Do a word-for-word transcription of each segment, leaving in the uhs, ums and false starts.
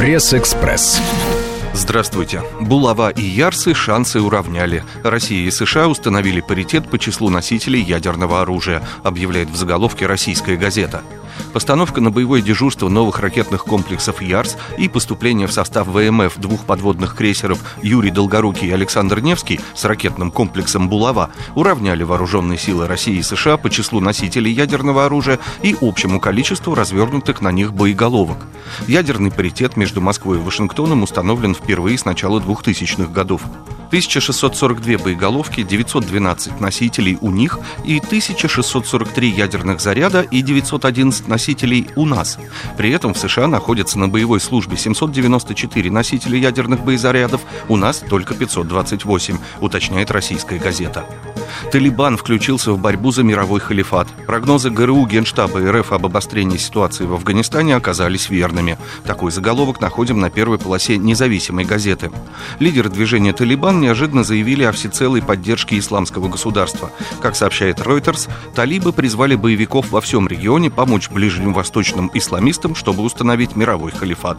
Пресс-экспресс. Здравствуйте. Булава и Ярсы шансы уравняли. Россия и США установили паритет по числу носителей ядерного оружия, объявляет в заголовке «Российская газета». Постановка на боевое дежурство новых ракетных комплексов «Ярс» и поступление в состав ВМФ двух подводных крейсеров «Юрий Долгорукий» и «Александр Невский» с ракетным комплексом «Булава» уравняли вооруженные силы России и США по числу носителей ядерного оружия и общему количеству развернутых на них боеголовок. Ядерный паритет между Москвой и Вашингтоном установлен впервые с начала двухтысячных годов. тысяча шестьсот сорок две боеголовки, девятьсот двенадцать носителей у них и тысяча шестьсот сорок три ядерных заряда и девятьсот одиннадцать носителей у нас. При этом в США находятся на боевой службе семьсот девяносто четыре носителя ядерных боезарядов, у нас только пятьсот двадцать восемь, уточняет «Российская газета». Талибан включился в борьбу за мировой халифат. Прогнозы ГРУ Генштаба РФ об обострении ситуации в Афганистане оказались верными. Такой заголовок находим на первой полосе независимой газеты. Лидеры движения «Талибан» неожиданно заявили о всецелой поддержке исламского государства. Как сообщает Reuters, талибы призвали боевиков во всем регионе помочь ближневосточным исламистам, чтобы установить мировой халифат.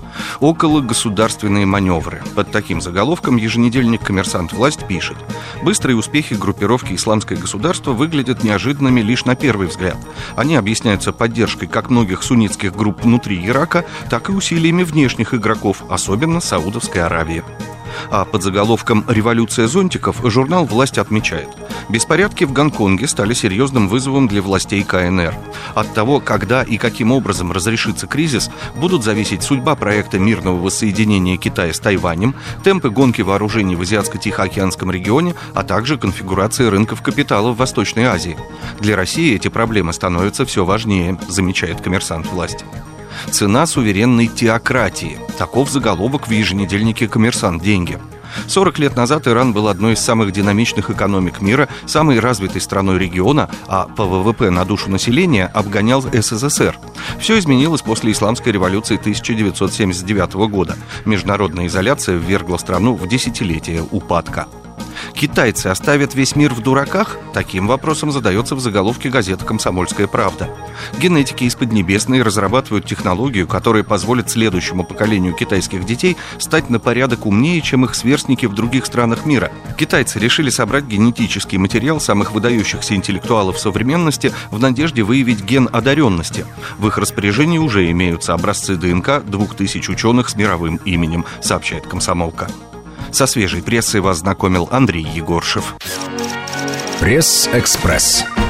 Окологосударственные маневры. Под таким заголовком еженедельник «Коммерсант. Власть» пишет: быстрые успехи группировки «Исламское государство» выглядят неожиданными лишь на первый взгляд. Они объясняются поддержкой как многих суннитских групп внутри Ирака, так и усилиями внешних игроков, особенно Саудовской Аравии. А под заголовком «Революция зонтиков» журнал «Власть» отмечает: беспорядки в Гонконге стали серьезным вызовом для властей КНР. От того, когда и каким образом разрешится кризис, будут зависеть судьба проекта мирного воссоединения Китая с Тайванем, темпы гонки вооружений в Азиатско-Тихоокеанском регионе, а также конфигурация рынков капитала в Восточной Азии. Для России эти проблемы становятся все важнее, замечает «Коммерсант. Власть». Цена суверенной теократии. Таков заголовок в еженедельнике «Коммерсант. Деньги». сорок лет назад Иран был одной из самых динамичных экономик мира, самой развитой страной региона, а по ВВП на душу населения обгонял СССР. Все изменилось после Исламской революции тысяча девятьсот семьдесят девятого года. Международная изоляция ввергла страну в десятилетие упадка. Китайцы оставят весь мир в дураках? Таким вопросом задается в заголовке газеты «Комсомольская правда». Генетики из Поднебесной разрабатывают технологию, которая позволит следующему поколению китайских детей стать на порядок умнее, чем их сверстники в других странах мира. Китайцы решили собрать генетический материал самых выдающихся интеллектуалов современности в надежде выявить ген одаренности. В их распоряжении уже имеются образцы ДНК двух тысяч ученых с мировым именем, сообщает «Комсомолка». Со свежей прессой вас знакомил Андрей Егоршев. Пресс-экспресс.